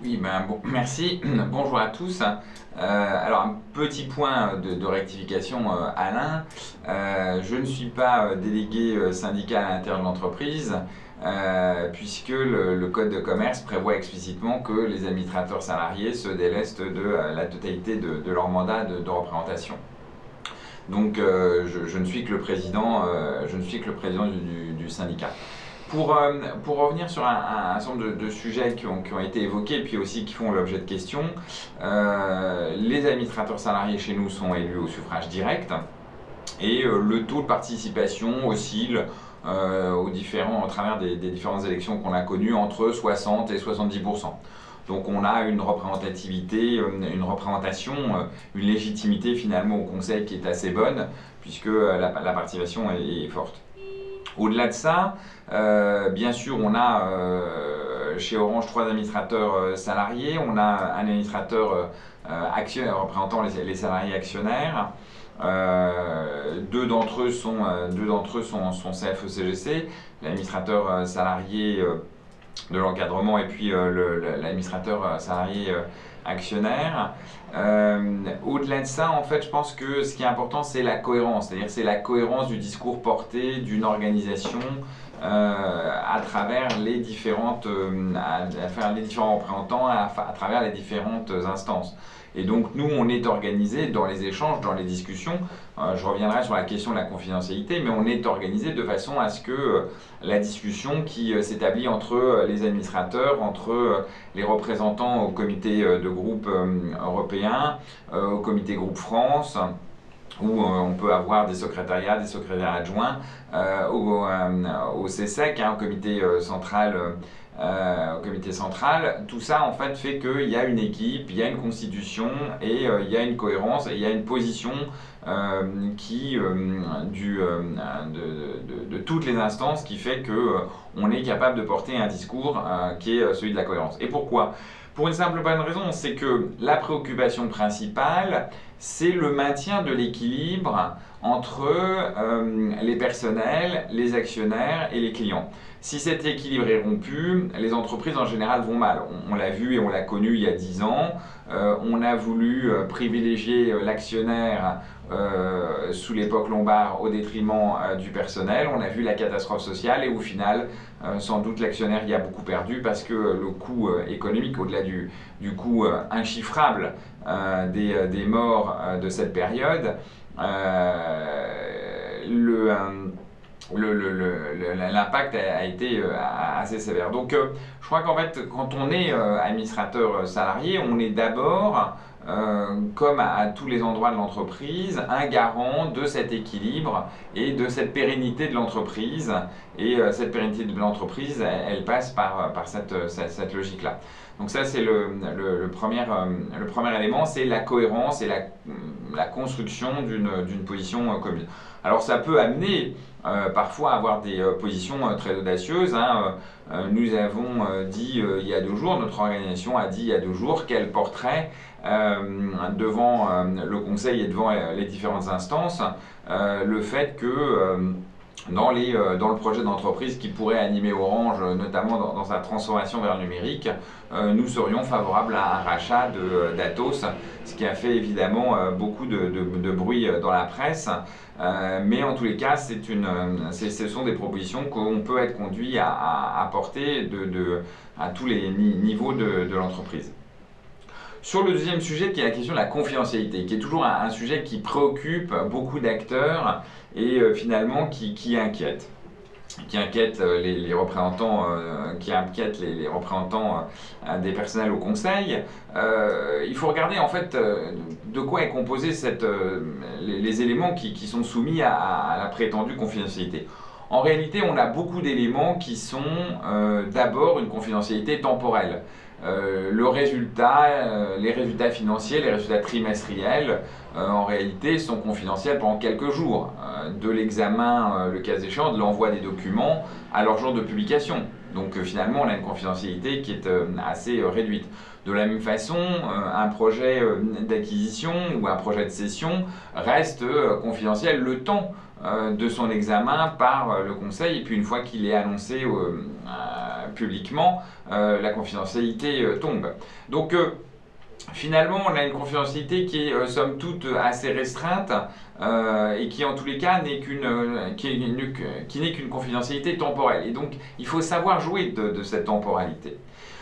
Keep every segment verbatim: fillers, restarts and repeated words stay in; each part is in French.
Oui, ben, bon, merci. Bonjour à tous. Euh, alors, un petit point de, de rectification, euh, Alain. Euh, je ne suis pas euh, délégué euh, syndical à l'intérieur de l'entreprise, euh, puisque le, le Code de commerce prévoit explicitement que les administrateurs salariés se délestent de euh, la totalité de, de leur mandat de, de représentation. Donc, euh, je, je ne suis que le président, euh, je ne suis que le président du, du- du syndicat. Pour, euh, pour revenir sur un, un certain nombre de, de sujets qui ont, qui ont été évoqués et puis aussi qui font l'objet de questions, euh, les administrateurs salariés chez nous sont élus au suffrage direct et euh, le taux de participation oscille euh, aux différents, au travers des, des différentes élections qu'on a connues entre soixante et soixante-dix pour cent. Donc on a une représentativité, une représentation, une légitimité finalement au Conseil qui est assez bonne puisque la, la participation est, est forte. Au-delà de ça, euh, bien sûr, on a euh, chez Orange trois administrateurs euh, salariés, on a un administrateur euh, actionnaire représentant les, les salariés actionnaires. Euh, deux d'entre eux sont, euh, deux d'entre eux sont, sont C F E C G C, l'administrateur euh, salarié euh, de l'encadrement et puis euh, le- le- l'administrateur euh, salarié euh, actionnaire. Euh, au-delà de ça, en fait, je pense que ce qui est important, c'est la cohérence, c'est-à-dire c'est la cohérence du discours porté d'une organisation euh, à travers les différentes, euh, à, à faire les différents représentants, à, à travers les différentes instances. Et donc nous, on est organisé dans les échanges, dans les discussions. Euh, je reviendrai sur la question de la confidentialité, mais on est organisé de façon à ce que euh, la discussion qui euh, s'établit entre euh, les administrateurs, entre euh, les représentants au comité euh, de groupe euh, européen, euh, au comité groupe France, où euh, on peut avoir des secrétariats, des secrétaires adjoints, euh, au, euh, au C S E C, hein, au comité euh, central. Euh, au comité central, tout ça en fait fait qu'il y a une équipe, il y a une constitution et euh, il y a une cohérence et il y a une position euh, qui, euh, du, euh, de, de, de, toutes les instances qui fait qu'on euh, est capable de porter un discours euh, qui est celui de la cohérence. Et pourquoi ? Pour une simple bonne raison, c'est que la préoccupation principale, c'est le maintien de l'équilibre entre euh, les personnels, les actionnaires et les clients. Si cet équilibre est rompu, les entreprises en général vont mal. On, on l'a vu et on l'a connu il y a dix ans. Euh, on a voulu euh, privilégier euh, l'actionnaire euh, sous l'époque Lombard au détriment euh, du personnel. On a vu la catastrophe sociale et au final, euh, sans doute l'actionnaire y a beaucoup perdu parce que le coût euh, économique, au-delà du, du coût euh, inchiffrable euh, des, euh, des morts euh, de cette période, euh, le... Euh, l'impact a, a été euh, assez sévère. Donc euh, je crois qu'en fait, quand on est euh, administrateur salarié, on est d'abord, euh, comme à, à tous les endroits de l'entreprise, un garant de cet équilibre et de cette pérennité de l'entreprise. Et euh, cette pérennité de l'entreprise, elle, elle passe par, par cette, cette, cette logique-là. Donc ça, c'est le, le, le, premier, euh, le premier élément, c'est la cohérence et la, la construction d'une position euh, commune. Alors ça peut amener euh, parfois à avoir des euh, positions euh, très audacieuses. Hein. Euh, nous avons euh, dit euh, il y a deux jours, notre organisation a dit il y a deux jours qu'elle porterait euh, devant euh, le Conseil et devant euh, les différentes instances euh, le fait que euh, dans, les, euh, dans le projet d'entreprise qui pourrait animer Orange, notamment dans, dans sa transformation vers le numérique, euh, nous serions favorables à un rachat d'Atos, ce qui a fait évidemment euh, beaucoup de, de, de bruit dans la presse. Euh, mais en tous les cas, c'est une, ce sont des propositions qu'on peut être conduit à, à, à porter de, de, à tous les niveaux de, de l'entreprise. Sur le deuxième sujet, qui est la question de la confidentialité, qui est toujours un, un sujet qui préoccupe beaucoup d'acteurs et euh, finalement qui, qui inquiète. qui inquiète les, les représentants, euh, qui inquiète les, les représentants euh, des personnels au conseil. Euh, il faut regarder en fait euh, de quoi est composé cette, euh, les, les éléments qui, qui sont soumis à, à la prétendue confidentialité. En réalité, on a beaucoup d'éléments qui sont euh, d'abord une confidentialité temporelle. Euh, le résultat, euh, les résultats financiers, les résultats trimestriels, euh, en réalité, sont confidentiels pendant quelques jours, euh, de l'examen, euh, le cas échéant, de l'envoi des documents à leur jour de publication. Donc euh, finalement, on a une confidentialité qui est euh, assez euh, réduite. De la même façon, euh, un projet euh, d'acquisition ou un projet de cession reste euh, confidentiel le temps euh, de son examen par euh, le conseil, et puis une fois qu'il est annoncé euh, euh, publiquement, euh, la confidentialité euh, tombe. Donc euh, finalement, on a une confidentialité qui est, euh, somme toute, assez restreinte euh, et qui, en tous les cas, n'est qu'une euh, qui n'est qu'une confidentialité temporelle. Et donc, il faut savoir jouer de, de cette temporalité.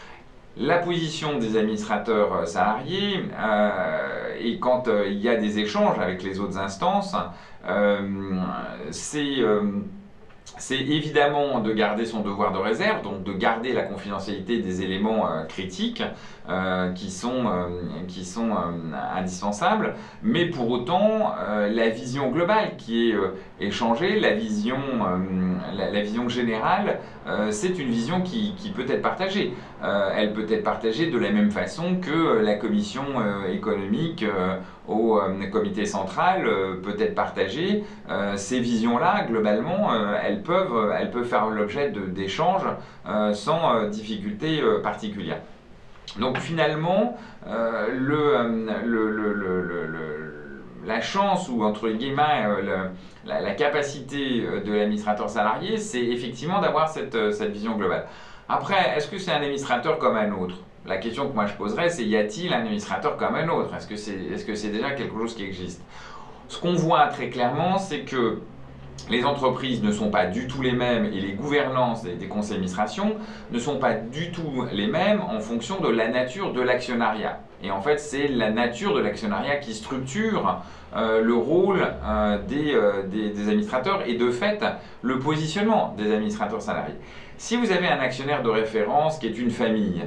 La position des administrateurs salariés, euh, et quand euh, il y a des échanges avec les autres instances, euh, c'est... Euh, c'est évidemment de garder son devoir de réserve, donc de garder la confidentialité des éléments euh, critiques euh, qui sont, euh, qui sont euh, indispensables, mais pour autant, euh, la vision globale qui est euh, échangée, la vision, euh, la, la vision générale, euh, c'est une vision qui, qui peut être partagée. Euh, elle peut être partagée de la même façon que la commission euh, économique euh, au euh, comité central euh, peut être partagée. Euh, ces visions-là, globalement, euh, elles, peuvent, elles peuvent faire l'objet d'échanges euh, sans euh, difficulté euh, particulière. Donc finalement, euh, le, le, le, le, le, la chance ou entre guillemets le, la, la capacité de l'administrateur salarié, c'est effectivement d'avoir cette, cette vision globale. Après, est-ce que c'est un administrateur comme un autre? La question que moi je poserais, c'est y a-t-il un administrateur comme un autre? Est-ce que c'est est-ce que c'est déjà quelque chose qui existe? Ce qu'on voit très clairement, c'est que les entreprises ne sont pas du tout les mêmes et les gouvernances des, des conseils d'administration ne sont pas du tout les mêmes en fonction de la nature de l'actionnariat. Et en fait, c'est la nature de l'actionnariat qui structure euh, le rôle euh, des, euh, des, des administrateurs et de fait le positionnement des administrateurs salariés. Si vous avez un actionnaire de référence qui est une famille,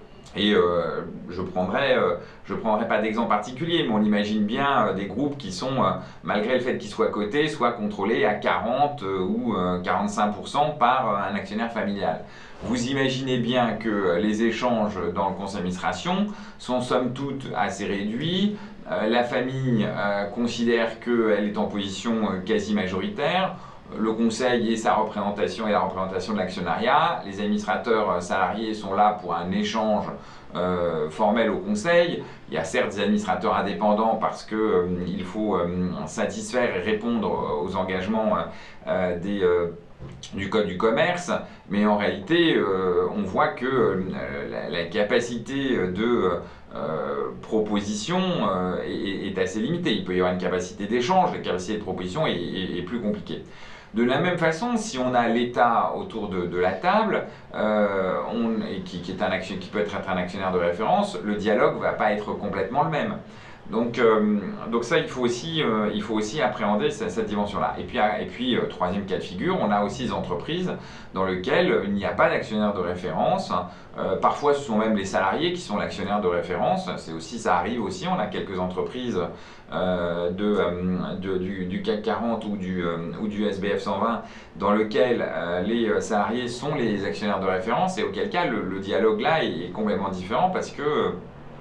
et euh, je ne prendrai, euh, je prendrai pas d'exemple particulier, mais on imagine bien euh, des groupes qui sont, euh, malgré le fait qu'ils soient cotés, soient contrôlés à quarante euh, ou euh, quarante-cinq pour cent par euh, un actionnaire familial. Vous imaginez bien que les échanges dans le conseil d'administration sont somme toute assez réduits. Euh, la famille euh, considère qu'elle est en position euh, quasi majoritaire. Le conseil et sa représentation et la représentation de l'actionnariat. Les administrateurs salariés sont là pour un échange euh, formel au conseil. Il y a certes des administrateurs indépendants parce qu'il euh, faut euh, satisfaire et répondre aux engagements euh, des, euh, du Code du commerce, mais en réalité, euh, on voit que euh, la, la capacité de Euh, proposition euh, est, est assez limitée. Il peut y avoir une capacité d'échange, la capacité de proposition est, est, est plus compliquée. De la même façon, si on a l'État autour de, de la table, euh, on, et qui, qui, est un action, qui peut être un actionnaire de référence, le dialogue ne va pas être complètement le même. Donc, euh, donc ça, il faut aussi, euh, il faut aussi appréhender cette, cette dimension-là. Et puis, et puis euh, troisième cas de figure, on a aussi des entreprises dans lesquelles il n'y a pas d'actionnaire de référence. Euh, parfois, ce sont même les salariés qui sont l'actionnaire de référence. C'est aussi, ça arrive aussi. On a quelques entreprises euh, de, euh, de, du, du C A C quarante ou du, euh, ou du S B F cent vingt dans lesquels euh, les salariés sont les actionnaires de référence et auquel cas le, le dialogue là est, est complètement différent parce que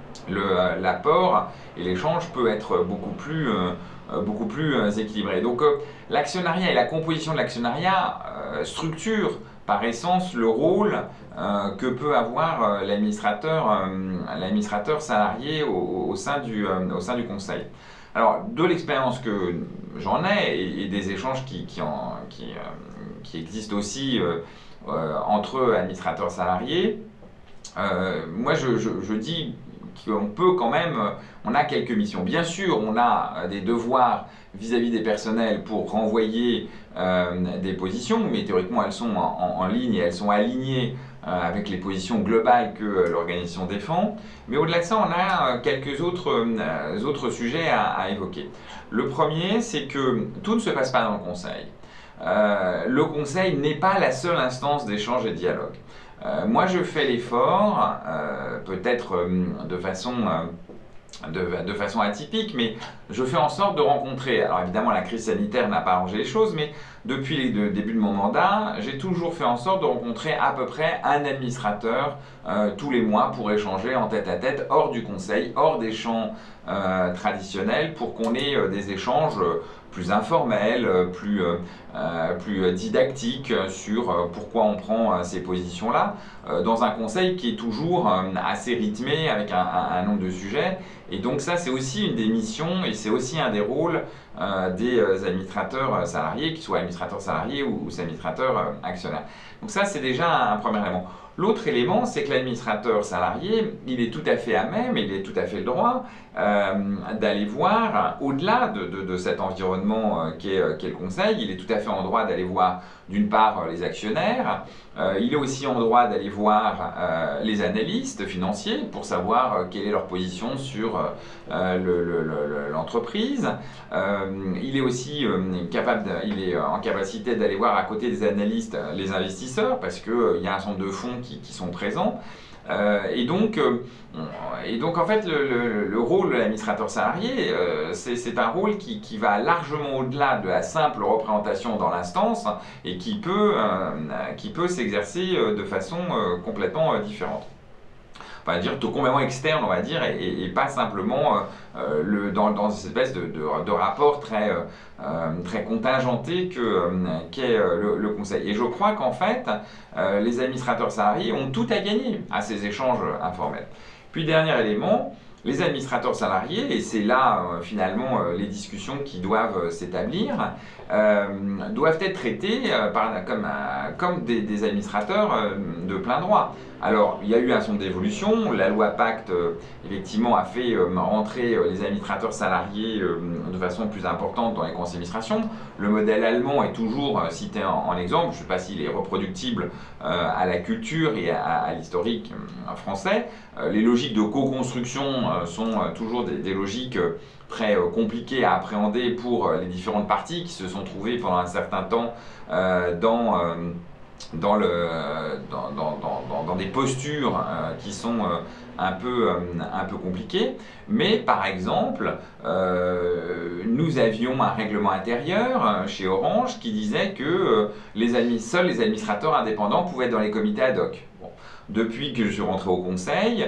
l'apport et l'échange peut être beaucoup plus, euh, beaucoup plus euh, équilibré. Donc euh, l'actionnariat et la composition de l'actionnariat euh, structurent par essence le rôle euh, que peut avoir euh, l'administrateur euh, l'administrateur salarié au, au, sein du, euh, au sein du conseil. Alors de l'expérience que j'en ai et, et des échanges qui, qui, en, qui, euh, qui existent aussi euh, euh, entre administrateurs salariés, euh, moi je, je, je dis qu'on peut quand même, on a quelques missions. Bien sûr, on a des devoirs vis-à-vis des personnels pour renvoyer euh, des positions, mais théoriquement elles sont en, en, en ligne et elles sont alignées euh, avec les positions globales que euh, l'organisation défend. Mais au-delà de ça, on a euh, quelques autres, euh, autres sujets à, à évoquer. Le premier, c'est que tout ne se passe pas dans le conseil. Euh, le conseil n'est pas la seule instance d'échange et de dialogue. Euh, moi, je fais l'effort, euh, peut-être euh, de façon, euh, de, de façon atypique, mais je fais en sorte de rencontrer, alors évidemment la crise sanitaire n'a pas arrangé les choses, mais depuis le début de mon mandat, j'ai toujours fait en sorte de rencontrer à peu près un administrateur euh, tous les mois pour échanger en tête à tête, hors du conseil, hors des champs euh, traditionnels, pour qu'on ait euh, des échanges plus informel, plus, euh, plus didactique sur pourquoi on prend ces positions-là, euh, dans un conseil qui est toujours assez rythmé avec un, un, un nombre de sujets. Et donc ça, c'est aussi une des missions et c'est aussi un des rôles euh, des administrateurs salariés, qu'ils soient administrateurs salariés ou, ou administrateurs euh, actionnaires. Donc ça, c'est déjà un, un premier élément. L'autre élément, c'est que l'administrateur salarié, il est tout à fait à même, il est tout à fait le droit euh, d'aller voir, au-delà de, de, de cet environnement euh, qu'est euh, qu'est le conseil, il est tout à fait en droit d'aller voir d'une part euh, les actionnaires, euh, il est aussi en droit d'aller voir euh, les analystes financiers pour savoir euh, quelle est leur position sur euh, l'entreprise. Le, le, euh, il est aussi euh, capable, de, il est en capacité d'aller voir à côté des analystes les investisseurs parce qu'il euh, y a un certain nombre de fonds qui, qui sont présents. Euh, et, donc, euh, et donc, en fait, le, le, le rôle de l'administrateur salarié, euh, c'est un rôle qui, qui va largement au-delà de la simple représentation dans l'instance et qui peut, euh, qui peut s'exercer de façon euh, complètement euh, différente. On va dire complètement externe, on va dire, et, et, et pas simplement euh, le, dans, dans cette espèce de, de, de rapport très, euh, très contingenté qu'est euh, qu'est le, le conseil. Et je crois qu'en fait, euh, les administrateurs salariés ont tout à gagner à ces échanges informels. Puis, dernier élément, les administrateurs salariés, et c'est là euh, finalement euh, les discussions qui doivent euh, s'établir, euh, doivent être traités euh, par, comme, euh, comme des, des administrateurs euh, de plein droit. Alors, il y a eu un certain nombre d'évolutions. La loi Pacte, euh, effectivement, a fait euh, rentrer euh, les administrateurs salariés euh, de façon plus importante dans les conseils d'administration. Le modèle allemand est toujours euh, cité en, en exemple. Je ne sais pas s'il est reproductible euh, à la culture et à, à l'historique euh, français. Euh, les logiques de co-construction euh, sont euh, toujours des, des logiques euh, très euh, compliquées à appréhender pour euh, les différentes parties qui se sont trouvées pendant un certain temps euh, dans... Euh, Dans, le, dans, dans, dans, dans des postures euh, qui sont euh, un, peu, euh, un peu compliquées. Mais par exemple, euh, nous avions un règlement intérieur euh, chez Orange qui disait que euh, les seuls les administrateurs indépendants pouvaient être dans les comités ad hoc. Bon. Depuis que je suis rentré au conseil,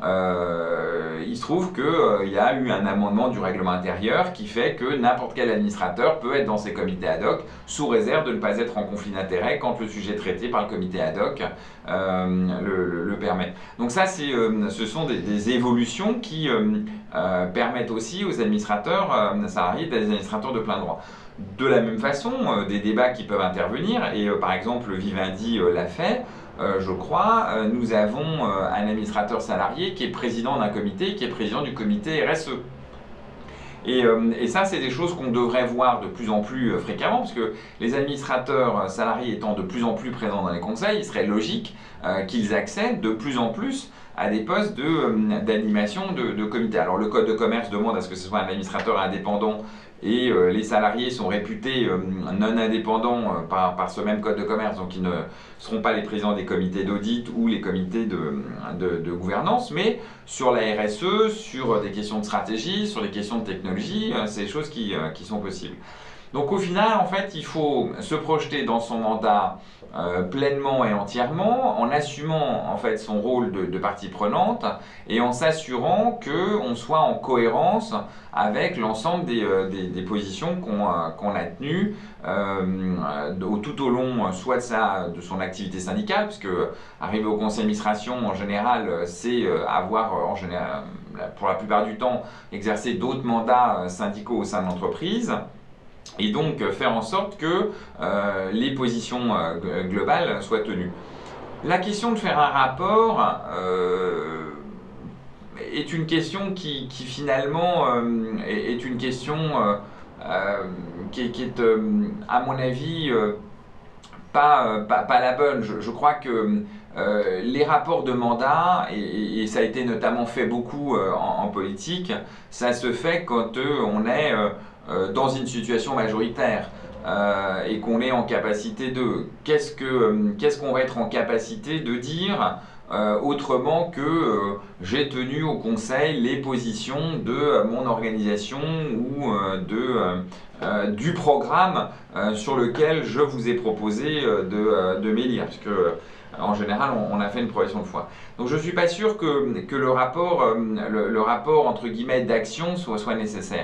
euh, il se trouve qu'il euh, y a eu un amendement du règlement intérieur qui fait que n'importe quel administrateur peut être dans ces comités ad hoc sous réserve de ne pas être en conflit d'intérêts quand le sujet traité par le comité ad hoc euh, le, le, le permet. Donc ça, euh, ce sont des, des évolutions qui euh, euh, permettent aussi aux administrateurs euh, salariés d'être des administrateurs de plein droit. De la même façon, euh, des débats qui peuvent intervenir, et euh, par exemple Vivendi euh, l'a fait, Euh, je crois, euh, nous avons euh, un administrateur salarié qui est président d'un comité, qui est président du comité R S E. Et, euh, et ça, c'est des choses qu'on devrait voir de plus en plus euh, fréquemment, parce que les administrateurs salariés étant de plus en plus présents dans les conseils, il serait logique euh, qu'ils accèdent de plus en plus à des postes d'animation de, de, de comité. Alors le Code de commerce demande à ce que ce soit un administrateur indépendant et euh, les salariés sont réputés euh, non indépendants euh, par, par ce même Code de commerce, donc ils ne seront pas les présidents des comités d'audit ou les comités de, de, de gouvernance, mais sur la R S E, sur des questions de stratégie, sur les questions de technologie, euh, c'est des choses qui, euh, qui sont possibles. Donc au final, en fait, il faut se projeter dans son mandat euh, pleinement et entièrement, en assumant en fait son rôle de, de partie prenante et en s'assurant qu'on soit en cohérence avec l'ensemble des, euh, des, des positions qu'on euh, qu'on a tenues euh, tout au long soit de, sa, de son activité syndicale, puisque arriver au conseil d'administration en général, c'est avoir en général, pour la plupart du temps exercer d'autres mandats syndicaux au sein de l'entreprise. Et donc faire en sorte que euh, les positions euh, globales soient tenues. La question de faire un rapport euh, est une question qui, qui finalement euh, est, est une question euh, euh, qui, qui est, euh, à mon avis, euh, pas, pas, pas la bonne. Je, je crois que euh, les rapports de mandat, et, et ça a été notamment fait beaucoup euh, en, en politique, ça se fait quand euh, on est euh, euh, dans une situation majoritaire. Euh, et qu'on est en capacité de... Qu'est-ce que, euh, qu'est-ce qu'on va être en capacité de dire euh, autrement que euh, j'ai tenu au conseil les positions de euh, mon organisation ou euh, de, euh, euh, du programme euh, sur lequel je vous ai proposé euh, de, euh, de m'élire, puisque euh, en général on, on a fait une profession de foi. Donc je ne suis pas sûr que, que le, rapport, euh, le, le rapport entre guillemets d'action soit, soit nécessaire.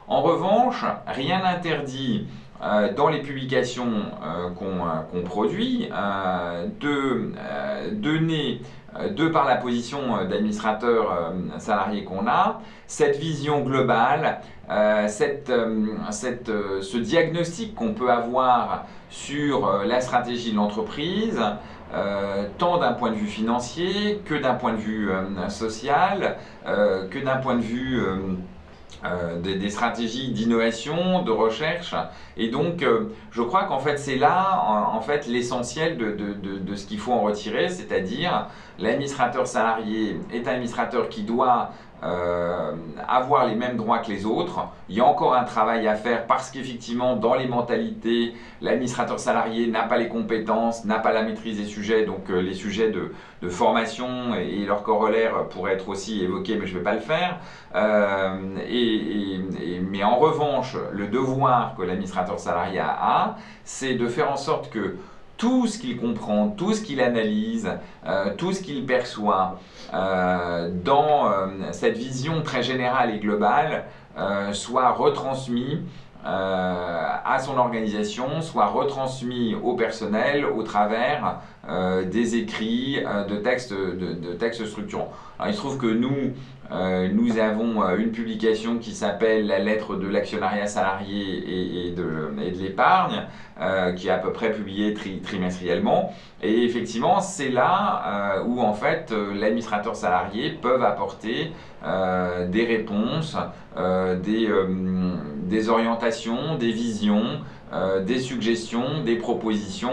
En revanche, rien n'interdit euh, dans les publications euh, qu'on euh, qu'on produit euh, de euh, donner, euh, de par la position d'administrateur euh, salarié qu'on a, cette vision globale, euh, cette, euh, cette, euh, ce diagnostic qu'on peut avoir sur euh, la stratégie de l'entreprise, euh, tant d'un point de vue financier que d'un point de vue euh, social, euh, que d'un point de vue euh, Euh, des, des stratégies d'innovation, de recherche. Et donc, euh, je crois qu'en fait, c'est là, en, en fait, l'essentiel de, de, de, de ce qu'il faut en retirer, c'est-à-dire l'administrateur salarié est un administrateur qui doit euh, avoir les mêmes droits que les autres. Il y a encore un travail à faire parce qu'effectivement, dans les mentalités, l'administrateur salarié n'a pas les compétences, n'a pas la maîtrise des sujets, donc euh, les sujets de, de formation et, et leurs corollaires pourraient être aussi évoqués, mais je ne vais pas le faire. Euh, et, et, et, mais en revanche, le devoir que l'administrateur salarié a, c'est de faire en sorte que tout ce qu'il comprend, tout ce qu'il analyse, euh, tout ce qu'il perçoit euh, dans euh, cette vision très générale et globale euh, soit retransmis euh, à son organisation, soit retransmis au personnel au travers euh, des écrits, euh, de, textes, de, de textes structurants. Alors, il se trouve que nous, euh, nous avons une publication qui s'appelle La lettre de l'actionnariat salarié et, et de, et de l'épargne, euh, qui est à peu près publiée tri, trimestriellement. Et effectivement, c'est là euh, où en fait l'administrateur salarié peut apporter euh, des réponses, euh, des, euh, des orientations, des visions, euh, des suggestions, des propositions,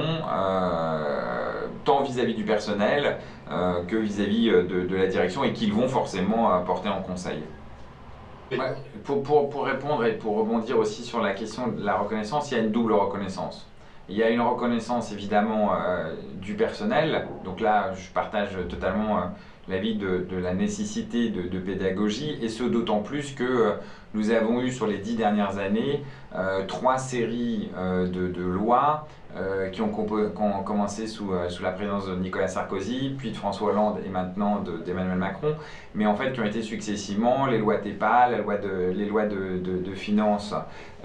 euh, tant vis-à-vis du personnel euh, que vis-à-vis de, de la direction, et qu'ils vont forcément porter en conseil. Ouais, pour, pour, pour répondre et pour rebondir aussi sur la question de la reconnaissance, il y a une double reconnaissance. Il y a une reconnaissance évidemment euh, du personnel, donc là je partage totalement euh, l'avis de, de la nécessité de, de pédagogie, et ce d'autant plus que euh, nous avons eu sur les dix dernières années euh, trois séries euh, de, de lois euh, qui, ont qui ont commencé sous, euh, sous la présidence de Nicolas Sarkozy, puis de François Hollande et maintenant d'Emmanuel Macron, mais en fait qui ont été successivement les lois TEPA, la loi de, les lois de, de, de finances,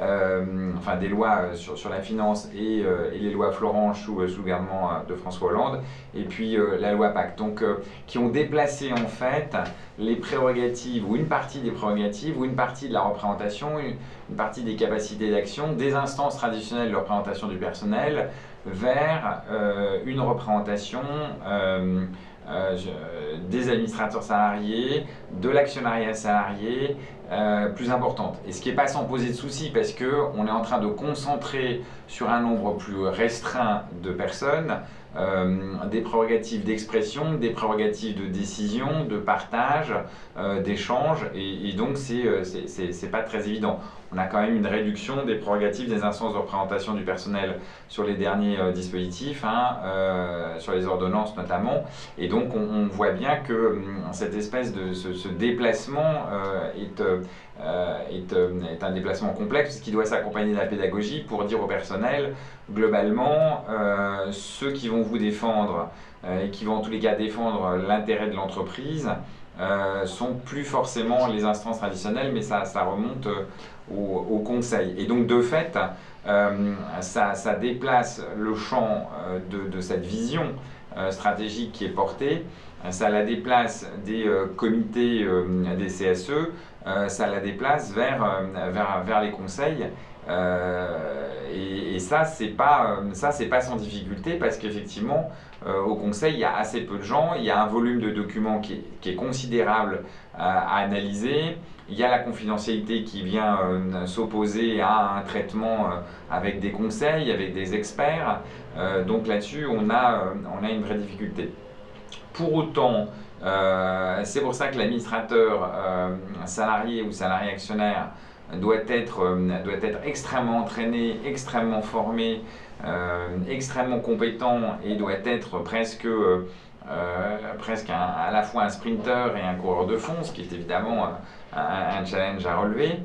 euh, enfin des lois sur, sur la finance et, euh, et les lois Florange sous, sous le gouvernement de François Hollande, et puis euh, la loi Pacte, donc euh, qui ont déplacé en fait les prérogatives ou une partie des prérogatives ou une partie de la représentation, une, une partie des capacités d'action des instances traditionnelles de représentation du personnel vers euh, une représentation euh, euh, des administrateurs salariés, de l'actionnariat salarié euh, plus importante. Et ce qui n'est pas sans poser de soucis, parce qu'on est en train de concentrer sur un nombre plus restreint de personnes Euh, des prérogatives d'expression, des prérogatives de décision, de partage, euh, d'échange, et, et donc c'est pas très évident. On a quand même une réduction des prérogatives des instances de représentation du personnel sur les derniers euh, dispositifs, hein, euh, sur les ordonnances notamment, et donc on, on voit bien que euh, cette espèce de ce, ce déplacement euh, est, euh, est, euh, est un déplacement complexe qui doit s'accompagner de la pédagogie pour dire au personnel globalement euh, ceux qui vont vous défendre euh, et qui vont en tous les cas défendre l'intérêt de l'entreprise euh, sont plus forcément les instances traditionnelles, mais ça, ça remonte euh, au, au conseil. Et donc de fait, euh, ça, ça déplace le champ euh, de, de cette vision euh, stratégique qui est portée, ça la déplace des euh, comités euh, des C S E, euh, ça la déplace vers, euh, vers, vers les conseils. Euh, et, et ça, c'est pas, ça, c'est pas sans difficulté, parce qu'effectivement, euh, au Conseil, il y a assez peu de gens, il y a un volume de documents qui est, qui est considérable euh, à analyser, il y a la confidentialité qui vient euh, s'opposer à un traitement euh, avec des conseils, avec des experts, euh, donc là-dessus, on a, euh, on a une vraie difficulté. Pour autant, euh, c'est pour ça que l'administrateur euh, salarié ou salarié actionnaire doit être, euh, doit être extrêmement entraîné, extrêmement formé, euh, extrêmement compétent, et doit être presque, euh, presque un, à la fois un sprinter et un coureur de fond, ce qui est évidemment un, un challenge à relever.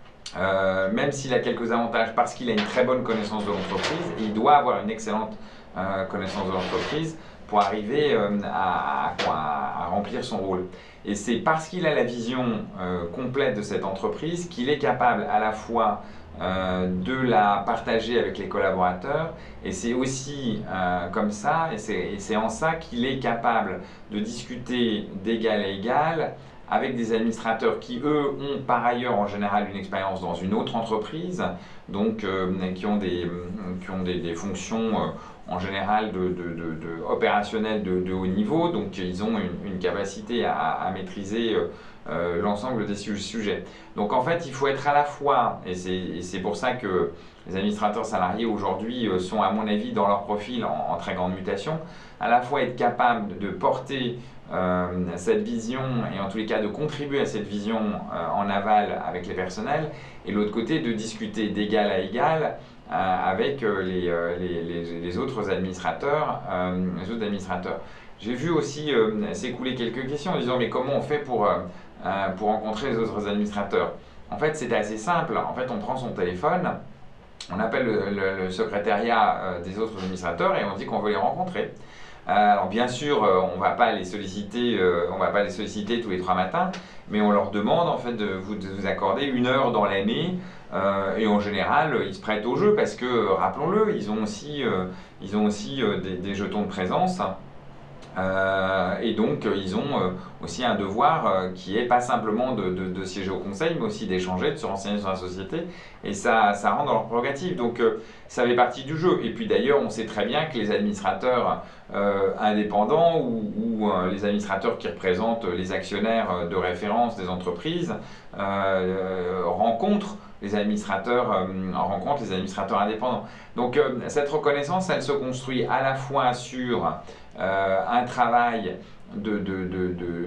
Euh, même s'il a quelques avantages parce qu'il a une très bonne connaissance de l'entreprise, il doit avoir une excellente euh, connaissance de l'entreprise pour arriver euh, à, à, à remplir son rôle. Et c'est parce qu'il a la vision euh, complète de cette entreprise qu'il est capable à la fois euh, de la partager avec les collaborateurs, et c'est aussi euh, comme ça, et c'est en ça qu'il est capable de discuter d'égal à égal avec des administrateurs qui, eux, ont par ailleurs en général une expérience dans une autre entreprise, donc euh, qui ont des, qui ont des, des fonctions euh, en général de, de, de, de opérationnelles de, de haut niveau, donc ils ont une, une capacité à, à maîtriser euh, euh, l'ensemble des sujets. Donc en fait, il faut être à la fois, et c'est pour ça que les administrateurs salariés aujourd'hui sont à mon avis dans leur profil en, en très grande mutation, à la fois être capable de porter euh, cette vision et en tous les cas de contribuer à cette vision euh, en aval avec les personnels, et de l'autre côté de discuter d'égal à égal euh, avec euh, les, euh, les, les, les autres administrateurs. Euh, les autres administrateurs. J'ai vu aussi euh, s'écouler quelques questions en disant mais comment on fait pour, euh, pour rencontrer les autres administrateurs? En fait c'est assez simple, en fait on prend son téléphone, on appelle le, le, le secrétariat euh, des autres administrateurs et on dit qu'on veut les rencontrer. Euh, alors bien sûr, euh, on ne va pas les solliciter, euh, on va pas les solliciter tous les trois matins, mais on leur demande en fait de vous, de vous accorder une heure dans l'année, euh, et en général, ils se prêtent au jeu parce que, rappelons-le, ils ont aussi, euh, ils ont aussi euh, des, des jetons de présence. Euh, et donc euh, ils ont euh, aussi un devoir euh, qui est pas simplement de, de, de siéger au conseil, mais aussi d'échanger, de se renseigner sur la société, et ça, ça rentre dans leur prérogative. Donc euh, ça fait partie du jeu. Et puis d'ailleurs, on sait très bien que les administrateurs euh, indépendants ou, ou euh, les administrateurs qui représentent les actionnaires de référence des entreprises euh, rencontrent les administrateurs euh, rencontrent les administrateurs indépendants. Donc euh, cette reconnaissance, elle se construit à la fois sur euh, un travail de, de, de, de,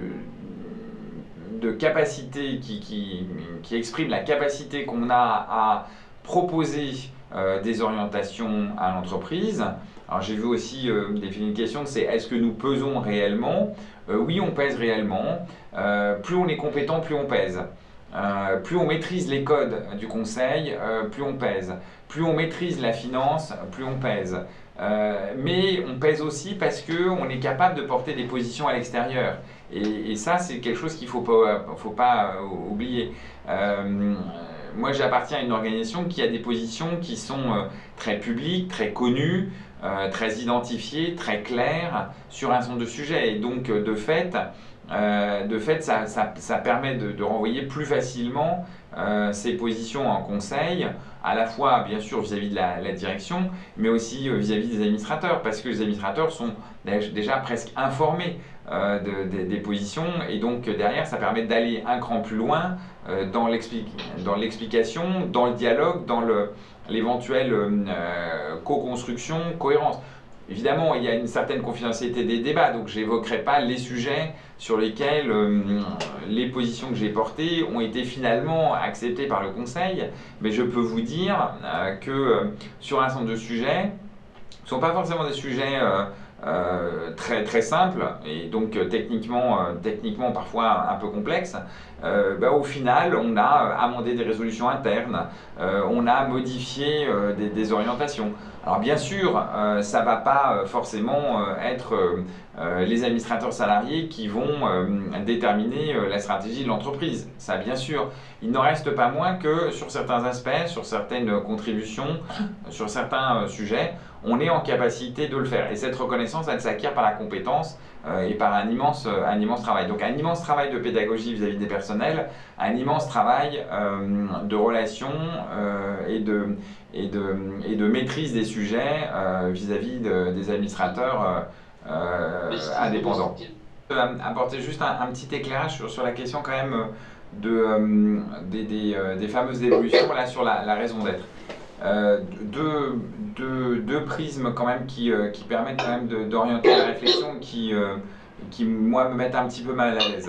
de capacité qui, qui, qui exprime la capacité qu'on a à proposer euh, des orientations à l'entreprise. Alors j'ai vu aussi euh, définir une question, c'est est-ce que nous pesons réellement? euh, Oui, on pèse réellement. Euh, plus on est compétent, plus on pèse. Euh, plus on maîtrise les codes du conseil, euh, plus on pèse. Plus on maîtrise la finance, plus on pèse. Euh, mais on pèse aussi parce qu'on est capable de porter des positions à l'extérieur. Et, et ça, c'est quelque chose qu'il ne faut pas, faut pas euh, oublier. Euh, moi, j'appartiens à une organisation qui a des positions qui sont euh, très publiques, très connues, euh, très identifiées, très claires sur un certain nombre de sujets. Et donc, de fait, Euh, de fait, ça, ça, ça permet de, de renvoyer plus facilement euh, ces positions en conseil, à la fois bien sûr vis-à-vis de la, la direction, mais aussi vis-à-vis des administrateurs, parce que les administrateurs sont déjà presque informés euh, de, de, des positions, et donc derrière ça permet d'aller un cran plus loin euh, dans l'explication, dans le dialogue, dans l'éventuelle euh, co-construction, cohérence. Évidemment, il y a une certaine confidentialité des débats, donc je n'évoquerai pas les sujets sur lesquels euh, les positions que j'ai portées ont été finalement acceptées par le Conseil, mais je peux vous dire euh, que euh, sur un certain nombre de sujets, ce ne sont pas forcément des sujets euh, euh, très, très simples et donc euh, techniquement, euh, techniquement parfois un peu complexes. Euh, bah, au final, on a amendé des résolutions internes, euh, on a modifié euh, des, des orientations. Alors bien sûr, euh, ça ne va pas euh, forcément euh, être euh, euh, les administrateurs salariés qui vont euh, déterminer euh, la stratégie de l'entreprise. Ça, bien sûr. Il n'en reste pas moins que sur certains aspects, sur certaines contributions, sur certains euh, sujets, on est en capacité de le faire. Et cette reconnaissance, elle s'acquiert par la compétence euh, et par un immense, euh, un immense travail. Donc un immense travail de pédagogie vis-à-vis des personnels, un immense travail euh, de relations euh, et, de, et, de, et de maîtrise des sujets vis-à-vis euh, -vis de, des administrateurs euh, indépendants. Euh, apporter juste un, un petit éclairage sur, sur la question quand même de, euh, des, des, euh, des fameuses évolutions là, sur la, la raison d'être. Euh, deux, deux, deux prismes quand même qui, euh, qui permettent quand même d'orienter la réflexion qui, euh, qui, moi, me mettent un petit peu mal à l'aise.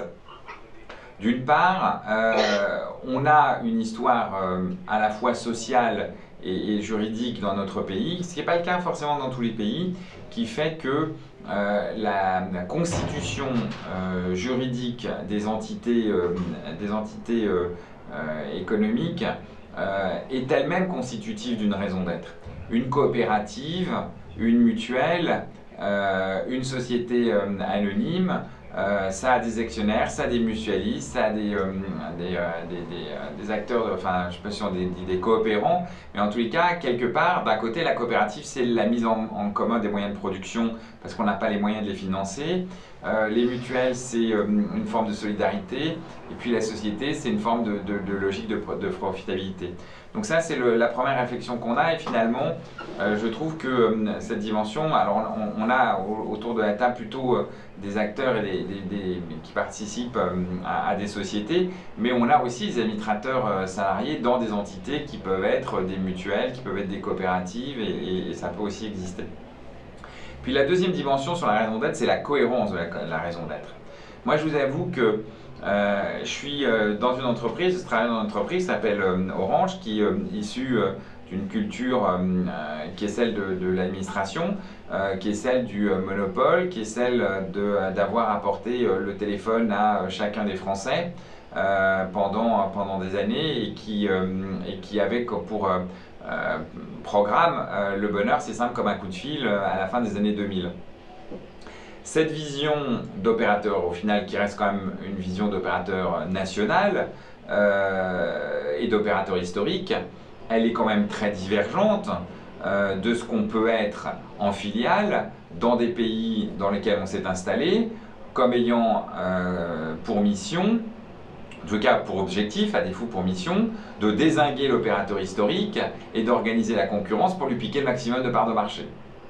D'une part, euh, on a une histoire euh, à la fois sociale et, et juridique dans notre pays, ce qui n'est pas le cas forcément dans tous les pays, qui fait que euh, la, la constitution euh, juridique des entités, euh, des entités euh, euh, économiques Euh, est elle-même constitutive d'une raison d'être. Une coopérative, une mutuelle, euh, une société euh, anonyme, Euh, ça a des actionnaires, ça a des mutualistes, ça a des, euh, des, euh, des, des, euh, des acteurs, de, enfin je sais pas si on dit des, des coopérants, mais en tous les cas, quelque part, d'un côté, la coopérative, c'est la mise en, en commun des moyens de production parce qu'on n'a pas les moyens de les financer. Euh, les mutuelles, c'est euh, une forme de solidarité, et puis la société, c'est une forme de, de, de logique de, de profitabilité. Donc ça, c'est la première réflexion qu'on a, et finalement, euh, je trouve que euh, cette dimension, alors on, on a autour de la table plutôt euh, des acteurs et des, des, des, qui participent euh, à, à des sociétés, mais on a aussi des administrateurs euh, salariés dans des entités qui peuvent être des mutuelles, qui peuvent être des coopératives, et, et, et ça peut aussi exister. Puis la deuxième dimension sur la raison d'être, c'est la cohérence de la, de la raison d'être. Moi, je vous avoue que euh, je suis euh, dans une entreprise, je travaille dans une entreprise qui s'appelle euh, Orange, qui est euh, issue euh, d'une culture euh, qui est celle de, de l'administration, euh, qui est celle du euh, monopole, qui est celle d'avoir apporté euh, le téléphone à euh, chacun des Français euh, pendant, pendant des années, et qui, euh, et qui avait pour euh, euh, programme euh, le bonheur, c'est simple comme un coup de fil euh, à la fin des années deux mille. Cette vision d'opérateur, au final, qui reste quand même une vision d'opérateur national euh, et d'opérateur historique, elle est quand même très divergente euh, de ce qu'on peut être en filiale dans des pays dans lesquels on s'est installé, comme ayant euh, pour mission, en tout cas pour objectif, à défaut pour mission, de dézinguer l'opérateur historique et d'organiser la concurrence pour lui piquer le maximum de parts de marché.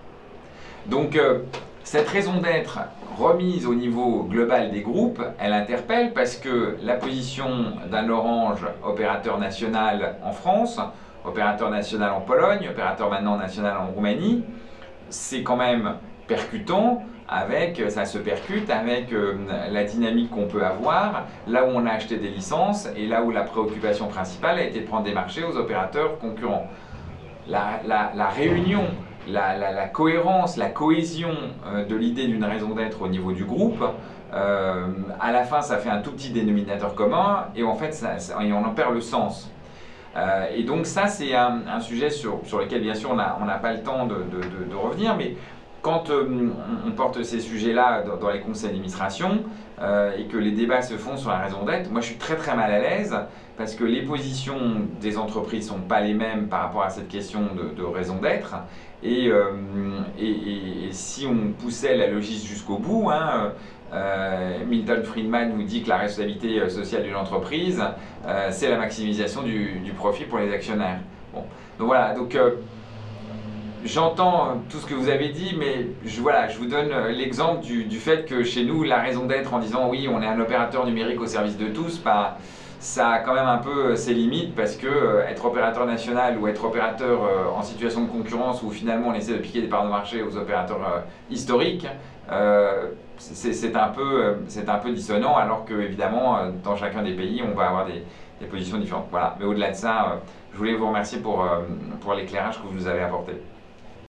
Donc euh, cette raison d'être remise au niveau global des groupes, elle interpelle parce que la position d'un Orange, opérateur national en France, opérateur national en Pologne, opérateur maintenant national en Roumanie, c'est quand même percutant. Avec, ça se percute avec euh, la dynamique qu'on peut avoir, là où on a acheté des licences et là où la préoccupation principale a été de prendre des marchés aux opérateurs concurrents. La, la, la réunion, la, la, la cohérence, la cohésion euh, de l'idée d'une raison d'être au niveau du groupe, euh, à la fin ça fait un tout petit dénominateur commun et en fait ça, ça, on en perd le sens. Euh, et donc ça c'est un, un sujet sur, sur lequel bien sûr on n'a on n'a pas le temps de, de, de, de revenir, mais quand euh, on porte ces sujets-là dans, dans les conseils d'administration euh, et que les débats se font sur la raison d'être, moi je suis très très mal à l'aise parce que les positions des entreprises ne sont pas les mêmes par rapport à cette question de, de raison d'être. Et, euh, et, et, et si on poussait la logique jusqu'au bout, hein, euh, Milton Friedman nous dit que la responsabilité sociale d'une entreprise, euh, c'est la maximisation du, du profit pour les actionnaires. Bon. Donc voilà, donc, euh, j'entends tout ce que vous avez dit, mais je, voilà, je vous donne l'exemple du, du fait que chez nous, la raison d'être en disant oui, on est un opérateur numérique au service de tous, bah, ça a quand même un peu ses limites parce que euh, être opérateur national ou être opérateur euh, en situation de concurrence où finalement on essaie de piquer des parts de marché aux opérateurs euh, historiques, euh, c'est un, euh, un peu dissonant, alors que évidemment euh, dans chacun des pays on va avoir des, des positions différentes. Voilà. Mais au-delà de ça, euh, je voulais vous remercier pour, euh, pour l'éclairage que vous nous avez apporté.